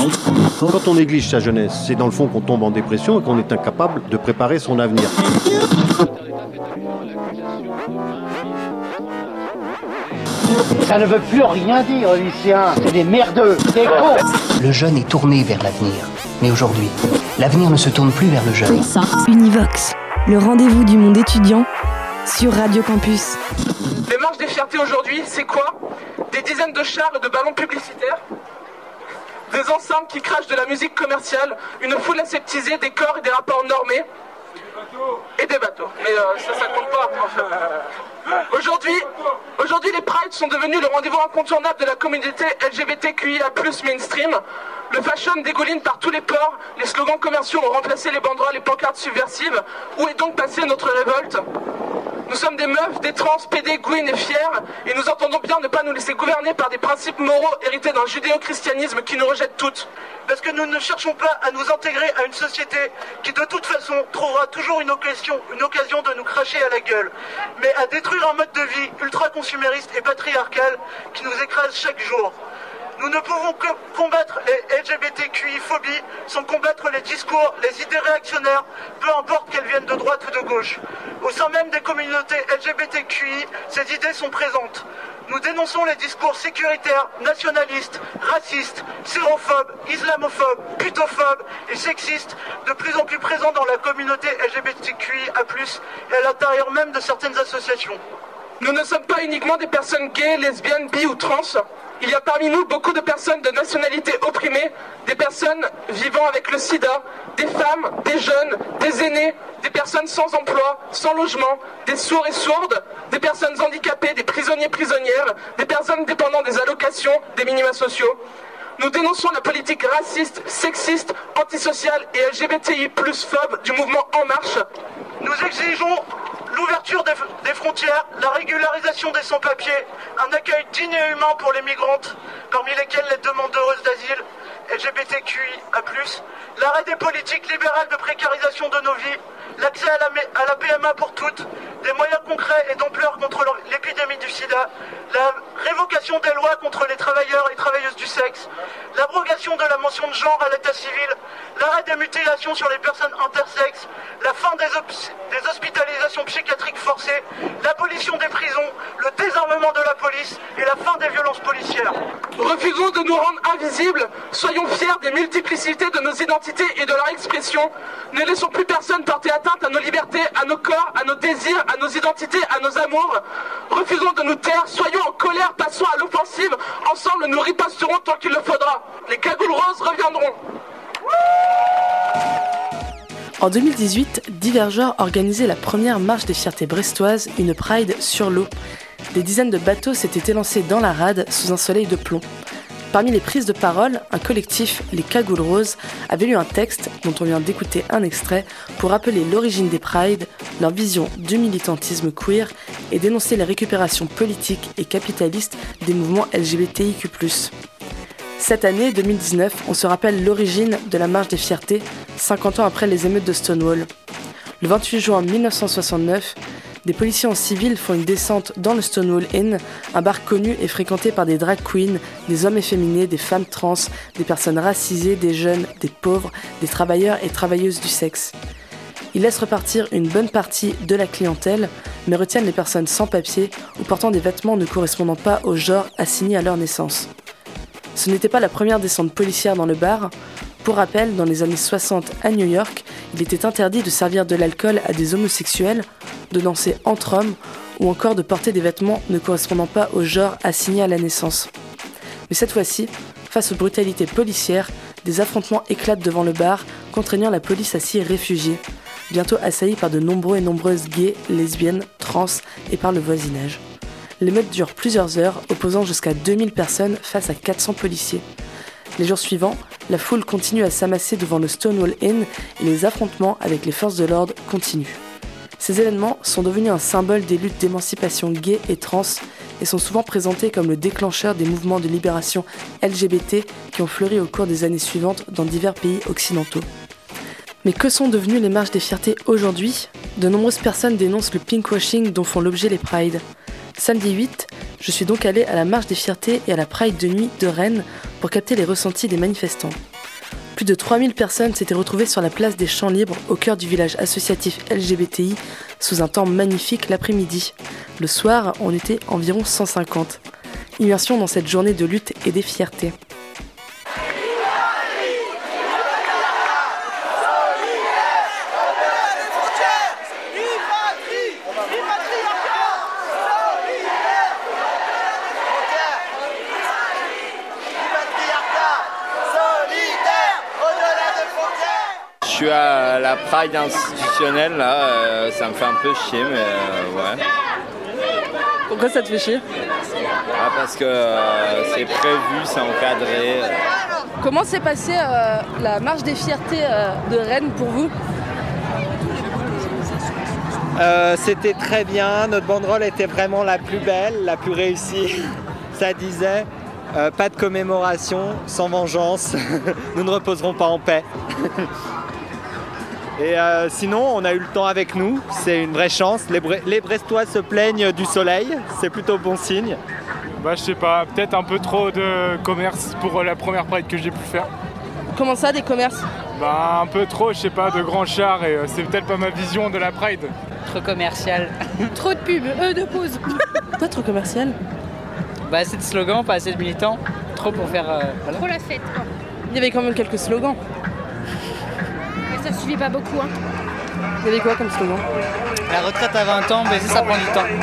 Quand on néglige sa jeunesse, c'est dans le fond qu'on tombe en dépression et qu'on est incapable de préparer son avenir. Ça ne veut plus rien dire, les lycéens. C'est des merdeux, des cons. Le jeune est tourné vers l'avenir. Mais aujourd'hui, l'avenir ne se tourne plus vers le jeune. Univox, le rendez-vous du monde étudiant sur Radio Campus. Les marches des fiertés aujourd'hui, c'est quoi? Des dizaines de chars et de ballons publicitaires, des enceintes qui crachent de la musique commerciale, une foule aseptisée, des corps et des rapports normés, et des bateaux. Mais ça compte pas. Aujourd'hui, les prides sont devenus le rendez-vous incontournable de la communauté LGBTQIA+ mainstream. Le fashion dégouline par tous les ports, les slogans commerciaux ont remplacé les banderoles et pancartes subversives. Où est donc passée notre révolte? Nous sommes des meufs, des trans, PD, gouines et fiers, et nous entendons bien ne pas nous laisser gouverner par des principes moraux hérités d'un judéo-christianisme qui nous rejette toutes. Parce que nous ne cherchons pas à nous intégrer à une société qui de toute façon trouvera toujours une occasion de nous cracher à la gueule, mais à détruire un mode de vie ultra-consumériste et patriarcal qui nous écrase chaque jour. Nous ne pouvons que combattre les LGBTQI-phobies sans combattre les discours, les idées réactionnaires, peu importe qu'elles viennent de droite ou de gauche. Au sein même des communautés LGBTQI, ces idées sont présentes. Nous dénonçons les discours sécuritaires, nationalistes, racistes, xérophobes, islamophobes, putophobes et sexistes, de plus en plus présents dans la communauté LGBTQIA+, et à l'intérieur même de certaines associations. Nous ne sommes pas uniquement des personnes gays, lesbiennes, bi ou trans. Il y a parmi nous beaucoup de personnes de nationalités opprimées, des personnes vivant avec le sida, des femmes, des jeunes, des aînés, des personnes sans emploi, sans logement, des sourds et sourdes, des personnes handicapées, des prisonniers, prisonnières, des personnes dépendant des allocations, des minima sociaux. Nous dénonçons la politique raciste, sexiste, antisociale et LGBTI+ phobe du mouvement En Marche. Nous exigeons l'ouverture des frontières, la régularisation des sans-papiers, un accueil digne et humain pour les migrantes, parmi lesquelles les demandeuses d'asile, LGBTQIA+, l'arrêt des politiques libérales de précarisation de nos vies, l'accès à la PMA pour toutes, des moyens concrets et d'ampleur contre l'épidémie du sida, la révocation des lois contre les travailleurs et travailleuses du sexe, l'abrogation de la mention de genre à l'état civil, l'arrêt des mutilations sur les personnes intersexes, la fin des hospitalisations psychiatriques forcées, l'abolition des prisons, le désarmement de la police et la fin des violences policières. Refusons de nous rendre invisibles, soyons fiers des multiplicités de nos identités et de leur expression. Ne laissons plus personne porter atteinte à nos libertés, à nos corps, à nos désirs, à nos identités, à nos amours. Refusons de nous taire, soyons en colère, passons à l'offensive. Ensemble, nous riposterons tant qu'il le faudra. Les cagoules roses reviendront. En 2018, Divergeur organisait la première marche des fiertés brestoises, une Pride sur l'eau. Des dizaines de bateaux s'étaient élancés dans la rade sous un soleil de plomb. Parmi les prises de parole, un collectif, les Cagoules Roses, avait lu un texte dont on vient d'écouter un extrait pour rappeler l'origine des Prides, leur vision du militantisme queer et dénoncer les récupérations politiques et capitalistes des mouvements LGBTIQ+. Cette année, 2019, on se rappelle l'origine de la marche des fiertés, 50 ans après les émeutes de Stonewall. Le 28 juin 1969, des policiers en civil font une descente dans le Stonewall Inn, un bar connu et fréquenté par des drag queens, des hommes efféminés, des femmes trans, des personnes racisées, des jeunes, des pauvres, des travailleurs et travailleuses du sexe. Ils laissent repartir une bonne partie de la clientèle, mais retiennent les personnes sans papier ou portant des vêtements ne correspondant pas au genre assigné à leur naissance. Ce n'était pas la première descente policière dans le bar. Pour rappel, dans les années 60 à New York, il était interdit de servir de l'alcool à des homosexuels, de danser entre hommes ou encore de porter des vêtements ne correspondant pas au genre assigné à la naissance. Mais cette fois-ci, face aux brutalités policières, des affrontements éclatent devant le bar, contraignant la police à s'y réfugier, bientôt assaillie par de nombreux et nombreuses gays, lesbiennes, trans et par le voisinage. L'émeute dure plusieurs heures, opposant jusqu'à 2000 personnes face à 400 policiers. Les jours suivants, la foule continue à s'amasser devant le Stonewall Inn et les affrontements avec les forces de l'ordre continuent. Ces événements sont devenus un symbole des luttes d'émancipation gays et trans et sont souvent présentés comme le déclencheur des mouvements de libération LGBT qui ont fleuri au cours des années suivantes dans divers pays occidentaux. Mais que sont devenues les marches des fiertés aujourd'hui ? De nombreuses personnes dénoncent le pinkwashing dont font l'objet les prides. Samedi 8, je suis donc allée à la marche des fiertés et à la Pride de nuit de Rennes pour capter les ressentis des manifestants. Plus de 3000 personnes s'étaient retrouvées sur la place des Champs Libres, au cœur du village associatif LGBTI, sous un temps magnifique l'après-midi. Le soir, on était environ 150. Immersion dans cette journée de lutte et des fiertés. Je suis à la Pride institutionnelle, là, ça me fait un peu chier, mais ouais. Pourquoi ça te fait chier ? Parce que c'est prévu, c'est encadré. Comment s'est passée la marche des fiertés de Rennes pour vous ? C'était très bien, notre banderole était vraiment la plus belle, la plus réussie. Ça disait pas de commémoration, sans vengeance, nous ne reposerons pas en paix. Et sinon, on a eu le temps avec nous, c'est une vraie chance. Les Brestois se plaignent du soleil, c'est plutôt bon signe. Je sais pas, peut-être un peu trop de commerce pour la première Pride que j'ai pu faire. Comment ça, des commerces ? Un peu trop, je sais pas, de grands chars et c'est peut-être pas ma vision de la Pride. Trop commercial. Trop de pub, de pause. Pas trop commercial ? Assez de slogans, pas assez de militants. Trop pour faire... voilà. Trop la fête, quoi. Il y avait quand même quelques slogans. Mais ça suffit pas beaucoup, hein. Il y avait quoi comme slogan ? La retraite à 20 ans, baiser ça prend du temps.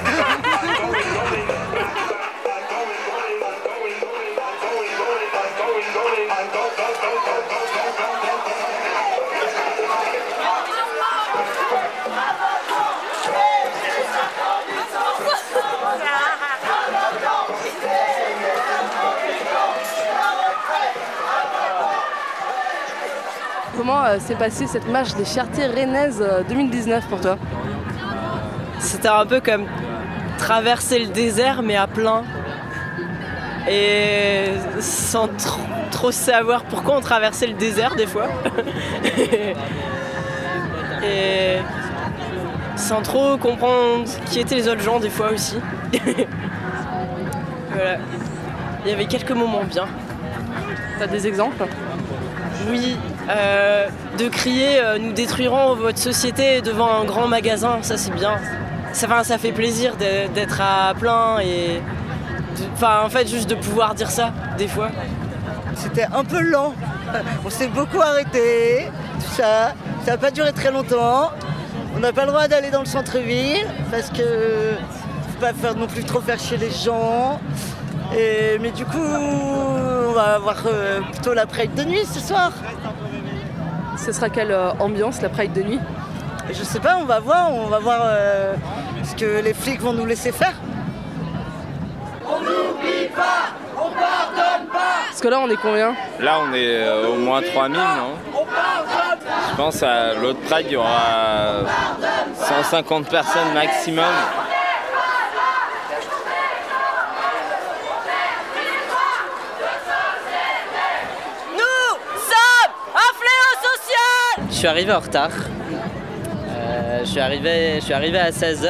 Comment s'est passée cette marche des fiertés rennaises 2019 pour toi ? C'était un peu comme traverser le désert mais à plein. Et sans trop savoir pourquoi on traversait le désert des fois. Et sans trop comprendre qui étaient les autres gens des fois aussi. Voilà. Il y avait quelques moments bien. T'as des exemples ? Oui, de crier « Nous détruirons votre société » devant un grand magasin, ça c'est bien. Ça fait plaisir d'être à plein et... en fait, juste de pouvoir dire ça, des fois. C'était un peu lent. On s'est beaucoup arrêté, tout ça. Ça n'a pas duré très longtemps. On n'a pas le droit d'aller dans le centre-ville parce que faut pas non plus trop faire chier les gens. Mais du coup, on va avoir plutôt la Pride de nuit ce soir. Ce sera quelle ambiance, la Pride de nuit ? Je sais pas, on va voir ce que les flics vont nous laisser faire. On n'oublie pas, on pardonne pas. Parce que là, on est combien ? Là, on est au moins 3000, non ? Je pense à l'autre Pride, il y aura 150 personnes maximum. Je suis arrivé en retard. Je suis arrivé à 16h.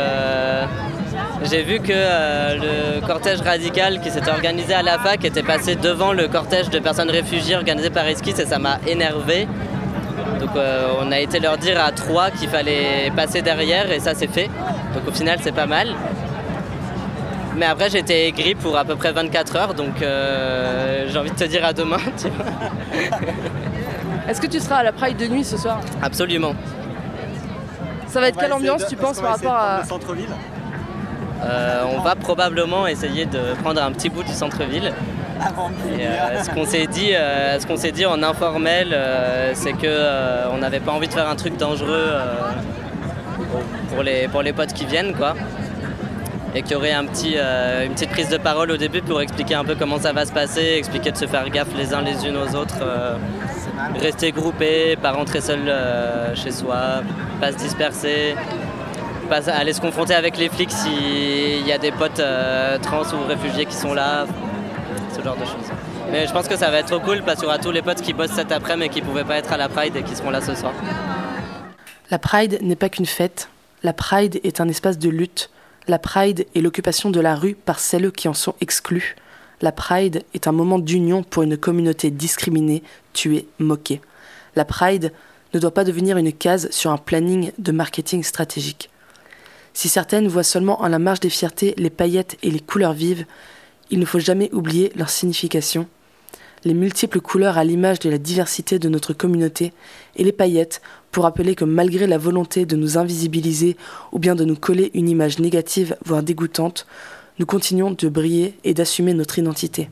J'ai vu que le cortège radical qui s'était organisé à la fac était passé devant le cortège de personnes réfugiées organisé par Esquisse et ça m'a énervé. Donc on a été leur dire à 3 qu'il fallait passer derrière et ça c'est fait. Donc au final c'est pas mal. Mais après j'ai été aigri pour à peu près 24 heures donc j'ai envie de te dire à demain. Tu vois. Est-ce que tu seras à la Pride de nuit ce soir ? Absolument. Ça va être quelle ambiance tu penses par rapport à... centre-ville ? On va probablement essayer de prendre un petit bout du centre-ville. Et, ce qu'on s'est dit en informel, c'est qu'on n'avait pas envie de faire un truc dangereux pour les potes qui viennent, quoi. Et qu'il y aurait une petite prise de parole au début pour expliquer un peu comment ça va se passer, expliquer de se faire gaffe les uns les unes aux autres, rester groupés, pas rentrer seul chez soi, pas se disperser, pas aller se confronter avec les flics s'il y a des potes trans ou réfugiés qui sont là, ce genre de choses. Mais je pense que ça va être trop cool parce qu'il y aura tous les potes qui bossent cet après-midi mais qui ne pouvaient pas être à la Pride et qui seront là ce soir. La Pride n'est pas qu'une fête, la Pride est un espace de lutte. La Pride est l'occupation de la rue par celles qui en sont exclues. La Pride est un moment d'union pour une communauté discriminée, tuée, moquée. La Pride ne doit pas devenir une case sur un planning de marketing stratégique. Si certaines voient seulement à la marche des fiertés les paillettes et les couleurs vives, il ne faut jamais oublier leur signification. Les multiples couleurs à l'image de la diversité de notre communauté et les paillettes pour rappeler que malgré la volonté de nous invisibiliser ou bien de nous coller une image négative voire dégoûtante, nous continuons de briller et d'assumer notre identité.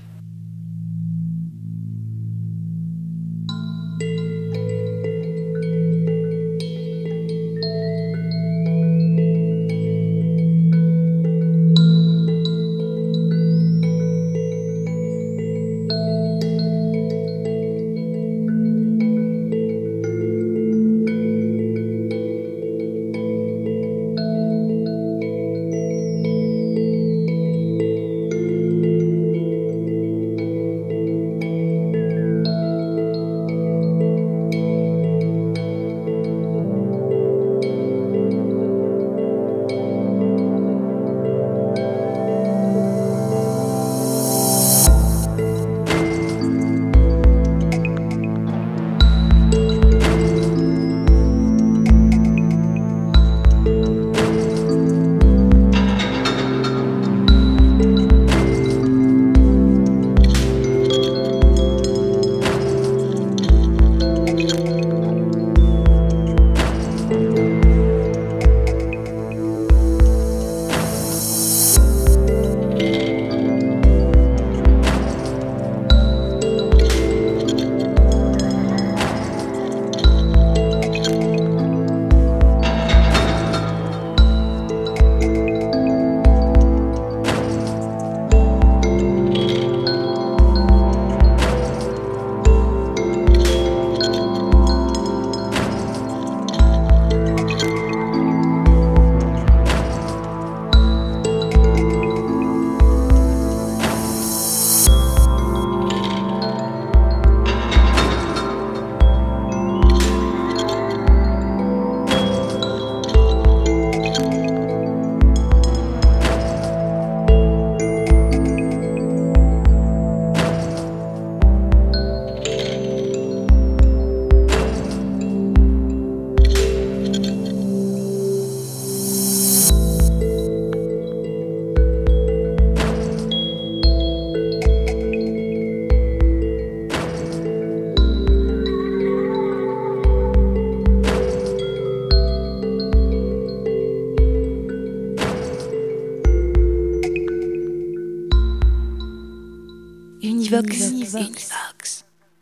Univox.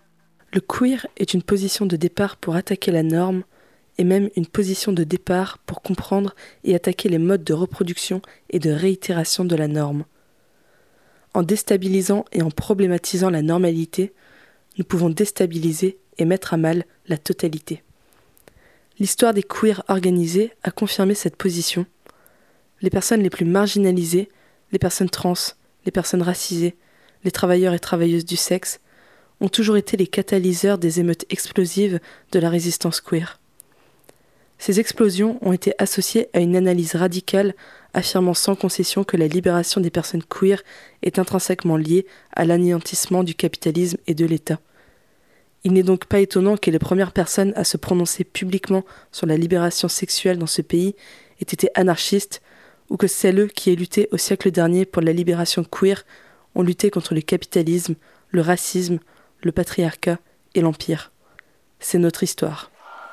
Le queer est une position de départ pour attaquer la norme et même une position de départ pour comprendre et attaquer les modes de reproduction et de réitération de la norme. En déstabilisant et en problématisant la normalité, nous pouvons déstabiliser et mettre à mal la totalité. L'histoire des queers organisés a confirmé cette position. Les personnes les plus marginalisées, les personnes trans, les personnes racisées, les travailleurs et travailleuses du sexe, ont toujours été les catalyseurs des émeutes explosives de la résistance queer. Ces explosions ont été associées à une analyse radicale affirmant sans concession que la libération des personnes queer est intrinsèquement liée à l'anéantissement du capitalisme et de l'État. Il n'est donc pas étonnant que les premières personnes à se prononcer publiquement sur la libération sexuelle dans ce pays aient été anarchistes, ou que celles qui aient lutté au siècle dernier pour la libération queer ont lutté contre le capitalisme, le racisme, le patriarcat et l'empire. C'est notre histoire.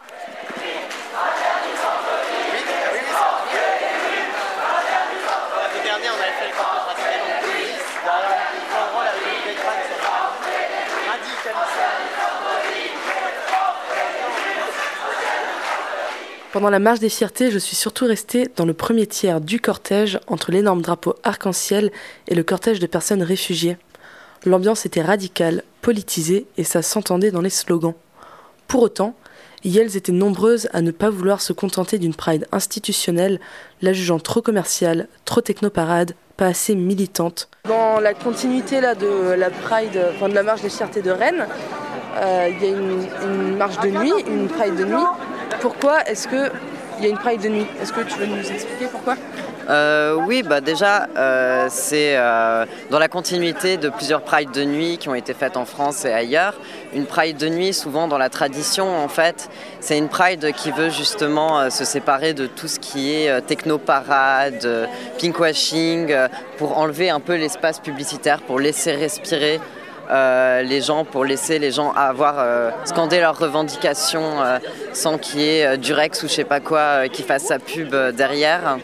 Pendant la marche des fiertés, je suis surtout restée dans le premier tiers du cortège entre l'énorme drapeau arc-en-ciel et le cortège de personnes réfugiées. L'ambiance était radicale, politisée et ça s'entendait dans les slogans. Pour autant, elles étaient nombreuses à ne pas vouloir se contenter d'une Pride institutionnelle, la jugeant trop commerciale, trop technoparade, pas assez militante. Dans la continuité là, de la Pride, de la marche des fiertés de Rennes, il y a une marche de nuit, une Pride de nuit. Pourquoi est-ce qu'il y a une Pride de nuit ? Est-ce que tu veux nous expliquer pourquoi ? Oui, déjà, c'est dans la continuité de plusieurs prides de nuit qui ont été faites en France et ailleurs. Une pride de nuit, souvent dans la tradition, en fait, c'est une pride qui veut justement se séparer de tout ce qui est techno-parade, pinkwashing, pour enlever un peu l'espace publicitaire, pour laisser respirer les gens, pour laisser les gens scander leurs revendications sans qu'il y ait Durex ou je sais pas quoi qui fasse sa pub derrière.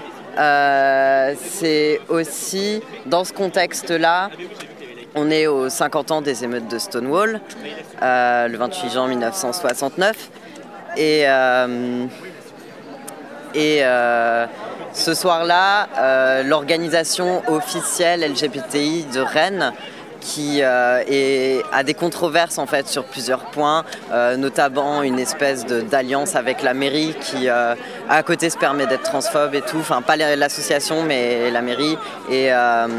C'est aussi dans ce contexte-là, on est aux 50 ans des émeutes de Stonewall, le 28 juin 1969, et ce soir-là, l'organisation officielle LGBTI de Rennes qui a des controverses en fait sur plusieurs points, notamment une espèce d'alliance avec la mairie qui à côté se permet d'être transphobe et tout, enfin pas l'association mais la mairie et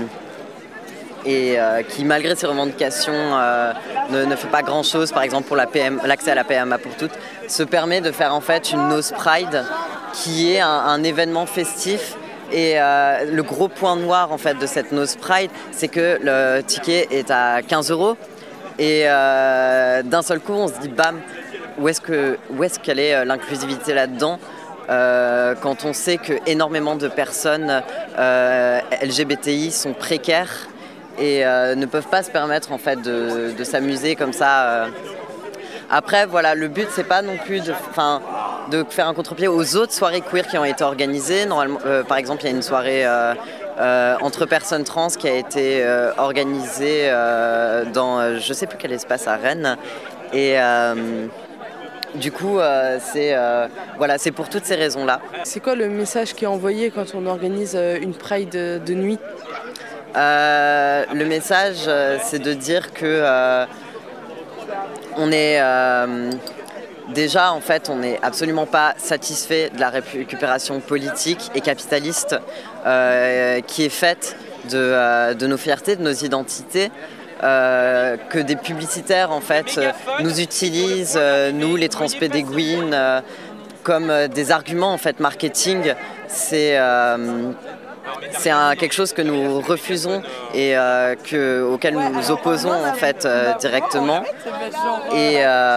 qui malgré ses revendications ne fait pas grand chose, par exemple pour l'accès à la PMA pour toutes, se permet de faire en fait une Nose Pride qui est un événement festif. Et le gros point noir en fait de cette Nose Pride, c'est que le ticket est à 15 € et d'un seul coup on se dit bam, où est-ce qu'elle est l'inclusivité là-dedans quand on sait que énormément de personnes LGBTI sont précaires et ne peuvent pas se permettre en fait de s'amuser comme ça. Après voilà, le but c'est pas non plus de faire un contre-pied aux autres soirées queer qui ont été organisées. Normalement, par exemple, il y a une soirée entre personnes trans qui a été organisée dans je sais plus quel espace à Rennes. Et du coup, c'est pour toutes ces raisons-là. C'est quoi le message qui est envoyé quand on organise une Pride de nuit ? Le message, c'est de dire que on est déjà, en fait, on n'est absolument pas satisfait de la récupération politique et capitaliste qui est faite de nos fiertés, de nos identités, que des publicitaires, en fait, nous utilisent, nous, les transpédéguines, comme des arguments, en fait, marketing. C'est quelque chose que nous refusons et auquel nous nous opposons en fait directement. Et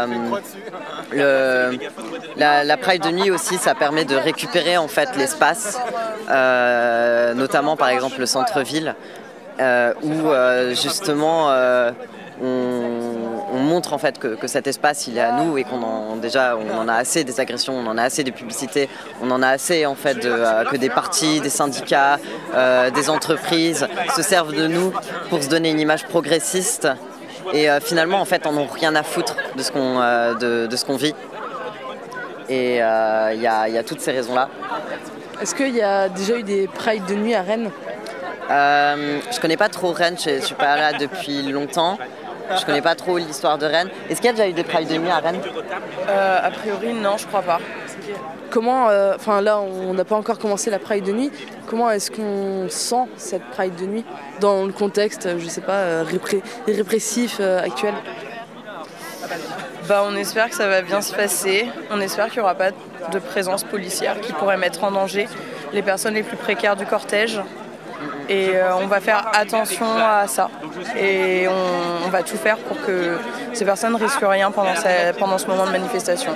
la Pride de nuit aussi, ça permet de récupérer en fait l'espace, notamment par exemple le centre-ville, où justement on montre en fait que cet espace il est à nous et qu'on en a assez des agressions, on en a assez des publicités, on en a assez en fait que des partis, des syndicats, des entreprises se servent de nous pour se donner une image progressiste et finalement en fait en ont rien à foutre de ce qu'on vit. Et il y a toutes ces raisons-là. Est-ce qu'il y a déjà eu des prides de nuit à Rennes ? Je connais pas trop Rennes, je suis pas là depuis longtemps. Je connais pas trop l'histoire de Rennes. Est-ce qu'il y a déjà eu des prides de nuit à Rennes ? A priori, non, je crois pas. Comment, là, on n'a pas encore commencé la Pride de nuit. Comment est-ce qu'on sent cette Pride de nuit dans le contexte, je sais pas, répressif actuel ? On espère que ça va bien se passer. On espère qu'il n'y aura pas de présence policière qui pourrait mettre en danger les personnes les plus précaires du cortège. Et on va faire attention à ça. Et on va tout faire pour que ces personnes ne risquent rien pendant ce moment de manifestation.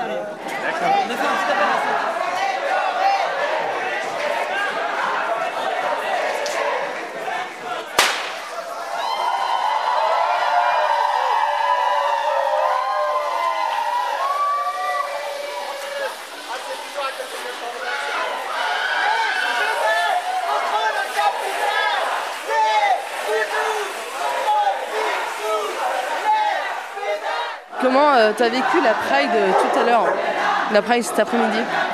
Comment t'as vécu la Pride tout à l'heure, la Pride cet après-midi ?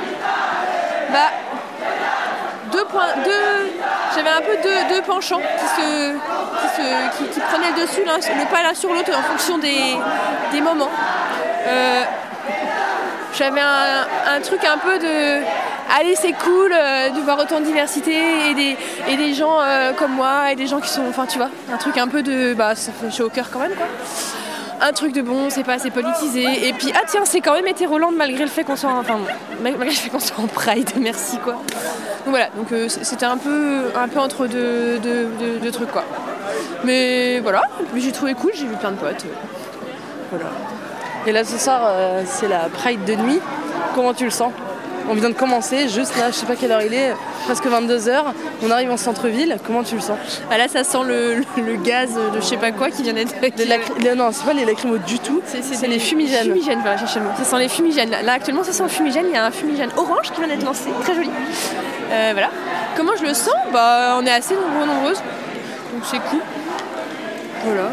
J'avais un peu deux penchants qui prenaient le dessus, le pas l'un sur l'autre en fonction des moments. J'avais un truc un peu de allez, c'est cool de voir autant de diversité et des gens comme moi et des gens qui sont, tu vois, un truc un peu de ça fait chaud au cœur quand même quoi. un truc de bon, c'est pas assez politisé. Et puis, ah tiens, c'est quand même hétéroland malgré le fait qu'on soit, malgré le fait qu'on soit en Pride, merci quoi. Donc voilà, donc c'était un peu entre deux trucs quoi. Mais voilà, j'ai trouvé cool, j'ai vu plein de potes. Voilà. Et là ce soir, c'est la Pride de nuit. Comment tu le sens ? On vient de commencer, juste là, je sais pas quelle heure il est, presque 22h. On arrive en centre-ville, comment tu le sens ? Ah là, ça sent le gaz de je sais pas quoi qui vient d'être... Non, c'est pas les lacrymos du tout, c'est les fumigènes. Les fumigènes, voilà, cherchez le mot. Ça sent les fumigènes. Là, actuellement, ça sent le fumigène. Il y a un fumigène orange qui vient d'être lancé, très joli. Voilà. Comment je le sens ? On est assez nombreuses. Donc c'est cool. Voilà.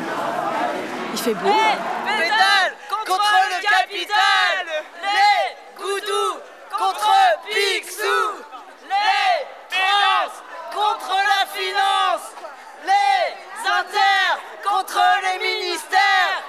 Il fait beau. Pédale contre le capital, les goudous contre Picsou, les trans contre la finance, les inter contre les ministères,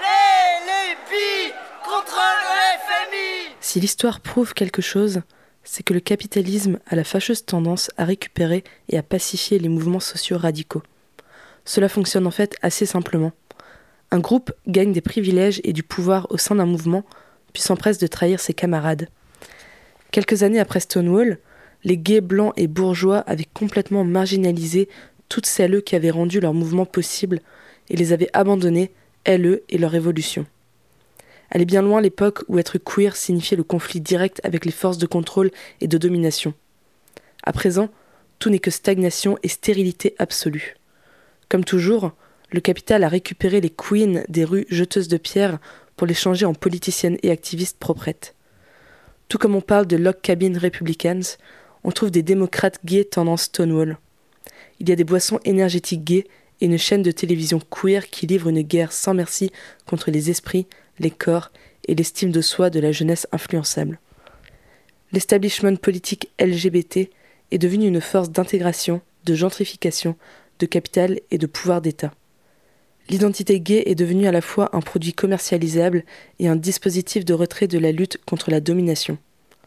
les pi contre le FMI. Si l'histoire prouve quelque chose, c'est que le capitalisme a la fâcheuse tendance à récupérer et à pacifier les mouvements sociaux radicaux. Cela fonctionne en fait assez simplement. Un groupe gagne des privilèges et du pouvoir au sein d'un mouvement, puis s'empresse de trahir ses camarades. Quelques années après Stonewall, les gays blancs et bourgeois avaient complètement marginalisé toutes celles qui avaient rendu leur mouvement possible et les avaient abandonnés, elles et leur évolution. Elle est bien loin l'époque où être queer signifiait le conflit direct avec les forces de contrôle et de domination. À présent, tout n'est que stagnation et stérilité absolue. Comme toujours, le capital a récupéré les queens des rues jeteuses de pierres pour les changer en politiciennes et activistes proprettes. Tout comme on parle de log cabin republicans, on trouve des démocrates gays tendance Stonewall. Il y a des boissons énergétiques gays et une chaîne de télévision queer qui livre une guerre sans merci contre les esprits, les corps et l'estime de soi de la jeunesse influençable. L'establishment politique LGBT est devenu une force d'intégration, de gentrification, de capital et de pouvoir d'État. L'identité gay est devenue à la fois un produit commercialisable et un dispositif de retrait de la lutte contre la domination.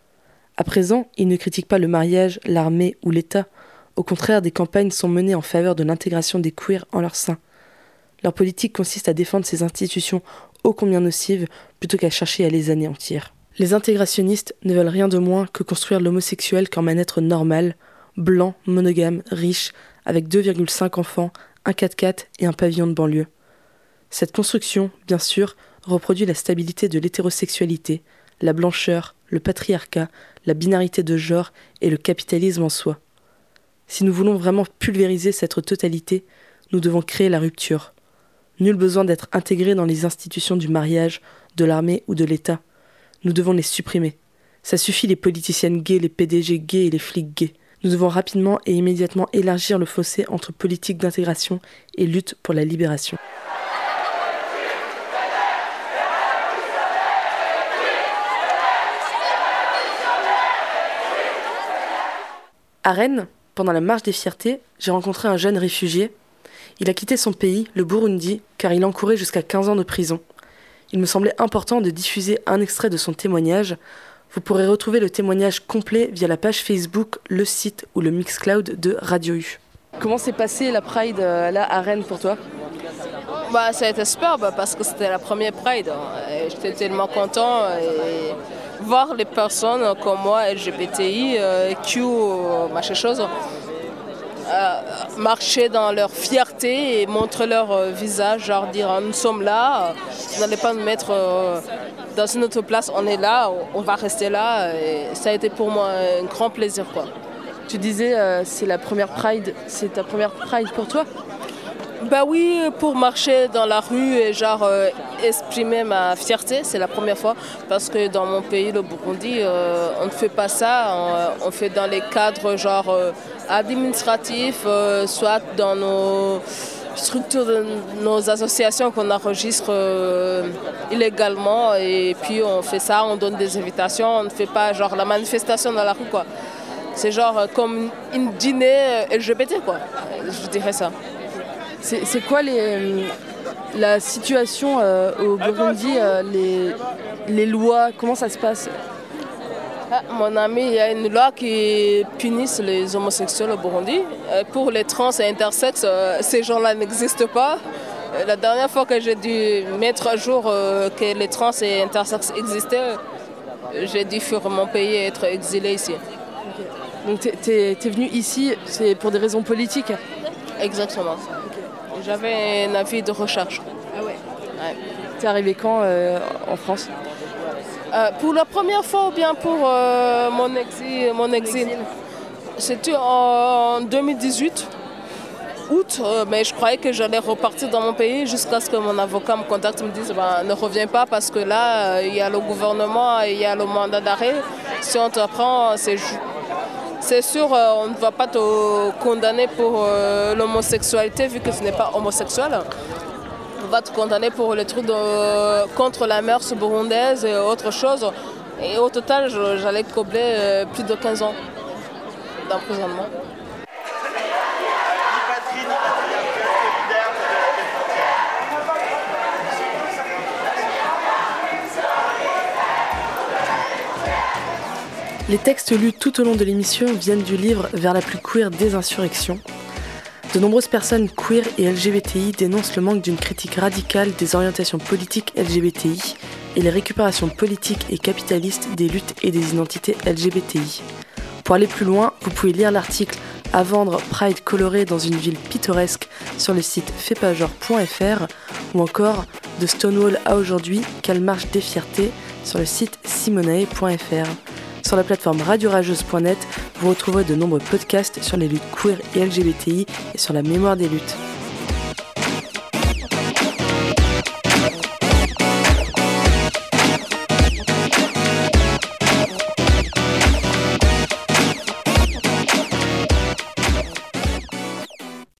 À présent, ils ne critiquent pas le mariage, l'armée ou l'État. Au contraire, des campagnes sont menées en faveur de l'intégration des queers en leur sein. Leur politique consiste à défendre ces institutions ô combien nocives plutôt qu'à chercher à les anéantir. Les intégrationnistes ne veulent rien de moins que construire l'homosexuel comme un être normal, blanc, monogame, riche, avec 2,5 enfants, un 4x4 et un pavillon de banlieue. Cette construction, bien sûr, reproduit la stabilité de l'hétérosexualité, la blancheur, le patriarcat, la binarité de genre et le capitalisme en soi. Si nous voulons vraiment pulvériser cette totalité, nous devons créer la rupture. Nul besoin d'être intégré dans les institutions du mariage, de l'armée ou de l'État. Nous devons les supprimer. Ça suffit les politiciennes gays, les PDG gays et les flics gays. Nous devons rapidement et immédiatement élargir le fossé entre politique d'intégration et lutte pour la libération. À Rennes, pendant la marche des fiertés, j'ai rencontré un jeune réfugié. Il a quitté son pays, le Burundi, car il encourait jusqu'à 15 ans de prison. Il me semblait important de diffuser un extrait de son témoignage. Vous pourrez retrouver le témoignage complet via la page Facebook, le site ou le Mixcloud de Radio U. Comment s'est passée la Pride là à Rennes pour toi ? Ça a été super parce que c'était la première Pride. Et j'étais tellement content et voir les personnes comme moi, LGBTI, Q, machin chose, marcher dans leur fierté et montrer leur visage, genre dire nous sommes là, vous n'allez pas nous mettre dans une autre place, on est là, on va rester là. Et ça a été pour moi un grand plaisir, quoi. Tu disais c'est la première Pride, c'est ta première Pride pour toi ? Oui, pour marcher dans la rue et exprimer ma fierté, c'est la première fois parce que dans mon pays, le Burundi, on ne fait pas ça, on fait dans les cadres administratifs, soit dans nos structures de nos associations qu'on enregistre illégalement et puis on fait ça, on donne des invitations, on ne fait pas la manifestation dans la rue, quoi. C'est comme une dîner LGBT, quoi, je dirais ça. C'est quoi la situation au Burundi, les lois, comment ça se passe ? Mon ami, il y a une loi qui punit les homosexuels au Burundi. Pour les trans et intersexes, ces gens-là n'existent pas. La dernière fois que j'ai dû mettre à jour que les trans et intersexes existaient, j'ai dû fuir mon pays et être exilé ici. Donc t'es venu ici, c'est pour des raisons politiques? Exactement. J'avais un avis de recherche. Ah ouais. T'es arrivé quand en France? Pour la première fois ou bien pour mon exil? C'était en 2018, août, mais je croyais que j'allais repartir dans mon pays jusqu'à ce que mon avocat me contacte et me dise ne reviens pas parce que là, il y a le gouvernement et il y a le mandat d'arrêt. Si on te prend, c'est sûr, on ne va pas te condamner pour l'homosexualité vu que ce n'est pas homosexuel. On va te condamner pour les trucs contre la mœurs burundaise et autre chose. Et au total, j'allais cobler plus de 15 ans d'emprisonnement. Les textes lus tout au long de l'émission viennent du livre Vers la plus queer des insurrections. De nombreuses personnes queer et LGBTI dénoncent le manque d'une critique radicale des orientations politiques LGBTI et les récupérations politiques et capitalistes des luttes et des identités LGBTI. Pour aller plus loin, vous pouvez lire l'article « À vendre Pride coloré dans une ville pittoresque » sur le site faitpasgenre.fr ou encore « De Stonewall à aujourd'hui, quelle marche des fiertés » sur le site simonae.fr. Sur la plateforme radiorageuse.net, vous retrouverez de nombreux podcasts sur les luttes queer et LGBTI et sur la mémoire des luttes.